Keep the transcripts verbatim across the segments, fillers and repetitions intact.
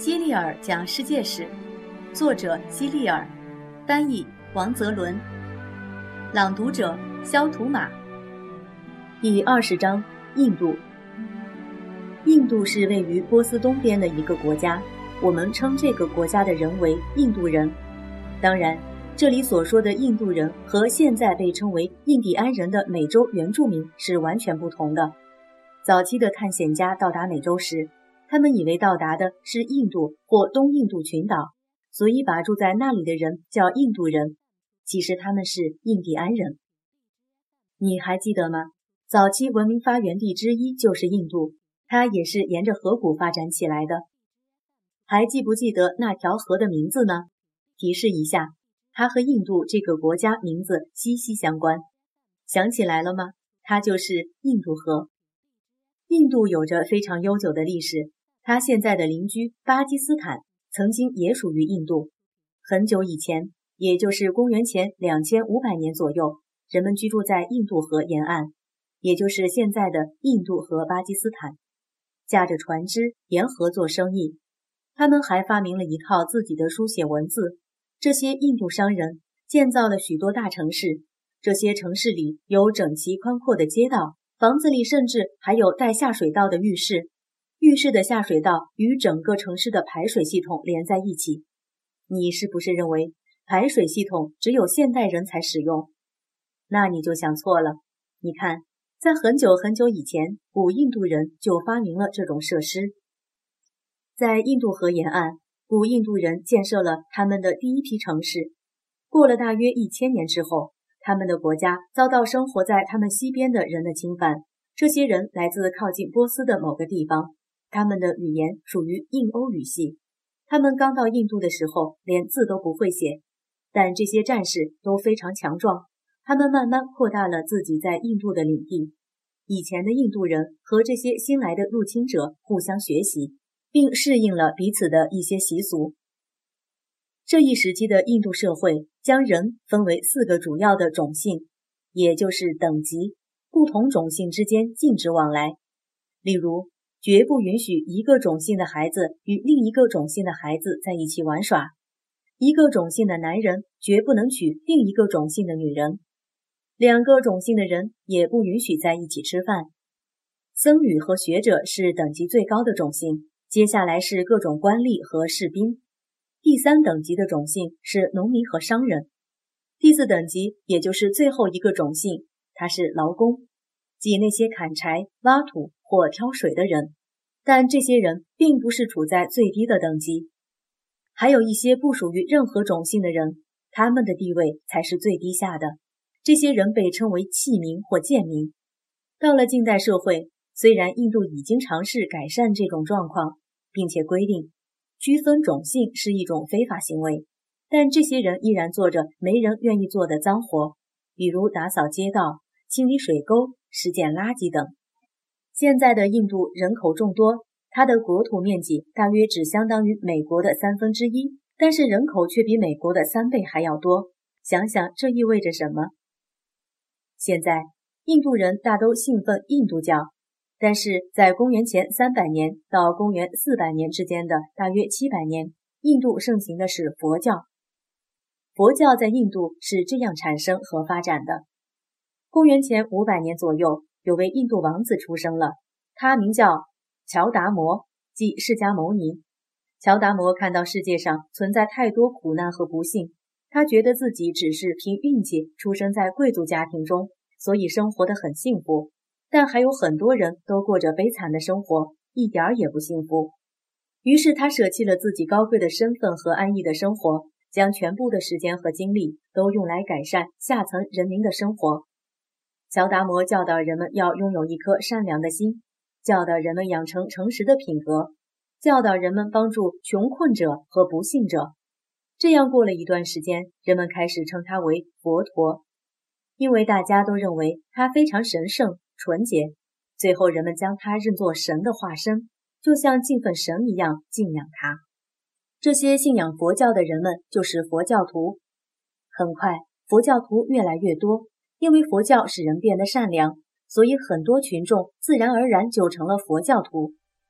希利尔讲世界史，作者希利尔，翻译王泽伦，朗读者肖图马。第二十章，印度。印度是位于波斯东边的一个国家，我们称这个国家的人为印度人。当然，这里所说的印度人和现在被称为印第安人的美洲原住民是完全不同的。早期的探险家到达美洲时，他们以为到达的是印度或东印度群岛，所以把住在那里的人叫印度人，其实他们是印第安人。你还记得吗？早期文明发源地之一就是印度，它也是沿着河谷发展起来的。还记不记得那条河的名字呢？提示一下，它和印度这个国家名字息息相关。想起来了吗？它就是印度河。印度有着非常悠久的历史，它现在的邻居巴基斯坦曾经也属于印度。很久以前，也就是公元前两千五百年左右，人们居住在印度河沿岸，也就是现在的印度和巴基斯坦，驾着船只沿河做生意。他们还发明了一套自己的书写文字。这些印度商人建造了许多大城市，这些城市里有整齐宽阔的街道，房子里甚至还有带下水道的浴室，浴室的下水道与整个城市的排水系统连在一起。你是不是认为排水系统只有现代人才使用？那你就想错了。你看，在很久很久以前，古印度人就发明了这种设施。在印度河沿岸，古印度人建设了他们的第一批城市。过了大约一千年之后，他们的国家遭到生活在他们西边的人的侵犯。这些人来自靠近波斯的某个地方，他们的语言属于印欧语系。他们刚到印度的时候连字都不会写，但这些战士都非常强壮，他们慢慢扩大了自己在印度的领地。以前的印度人和这些新来的入侵者互相学习，并适应了彼此的一些习俗。这一时期的印度社会将人分为四个主要的种姓，也就是等级，不同种姓之间禁止往来。例如，绝不允许一个种姓的孩子与另一个种姓的孩子在一起玩耍，一个种姓的男人绝不能娶另一个种姓的女人，两个种姓的人也不允许在一起吃饭。僧侣和学者是等级最高的种姓，接下来是各种官吏和士兵。第三等级的种姓是农民和商人。第四等级，也就是最后一个种姓，它是劳工，即那些砍柴、挖土或挑水的人。但这些人并不是处在最低的等级，还有一些不属于任何种姓的人，他们的地位才是最低下的。这些人被称为弃民或贱民。到了近代社会，虽然印度已经尝试改善这种状况，并且规定区分种姓是一种非法行为，但这些人依然做着没人愿意做的脏活，比如打扫街道、清理水沟、拾捡垃圾等。现在的印度人口众多，它的国土面积大约只相当于美国的三分之一，但是人口却比美国的三倍还要多。想想这意味着什么？现在，印度人大都信奉印度教，但是在公元前三百年到公元四百年之间的大约七百年，印度盛行的是佛教。佛教在印度是这样产生和发展的。公元前五百年左右，有位印度王子出生了，他名叫乔达摩，即释迦牟尼。乔达摩看到世界上存在太多苦难和不幸，他觉得自己只是凭运气出生在贵族家庭中，所以生活得很幸福。但还有很多人都过着悲惨的生活，一点儿也不幸福。于是他舍弃了自己高贵的身份和安逸的生活，将全部的时间和精力都用来改善下层人民的生活。乔达摩教导人们要拥有一颗善良的心，教导人们养成诚实的品格，教导人们帮助穷困者和不幸者。这样过了一段时间，人们开始称他为佛陀，因为大家都认为他非常神圣纯洁，最后人们将他认作神的化身，就像敬奉神一样敬仰他。这些信仰佛教的人们就是佛教徒。很快，佛教徒越来越多，因为佛教使人变得善良，所以很多群众自然而然就成了佛教徒。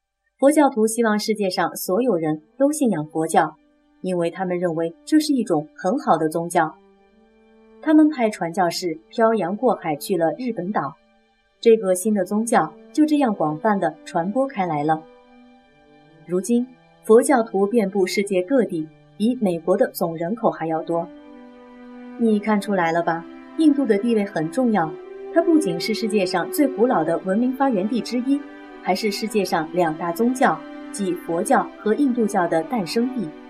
佛教徒希望世界上所有人都信仰佛教，因为他们认为这是一种很好的宗教。他们派传教士漂洋过海去了日本岛，这个新的宗教就这样广泛地传播开来了。如今，佛教徒遍布世界各地，比美国的总人口还要多。你看出来了吧？印度的地位很重要，它不仅是世界上最古老的文明发源地之一，还是世界上两大宗教，即佛教和印度教的诞生地。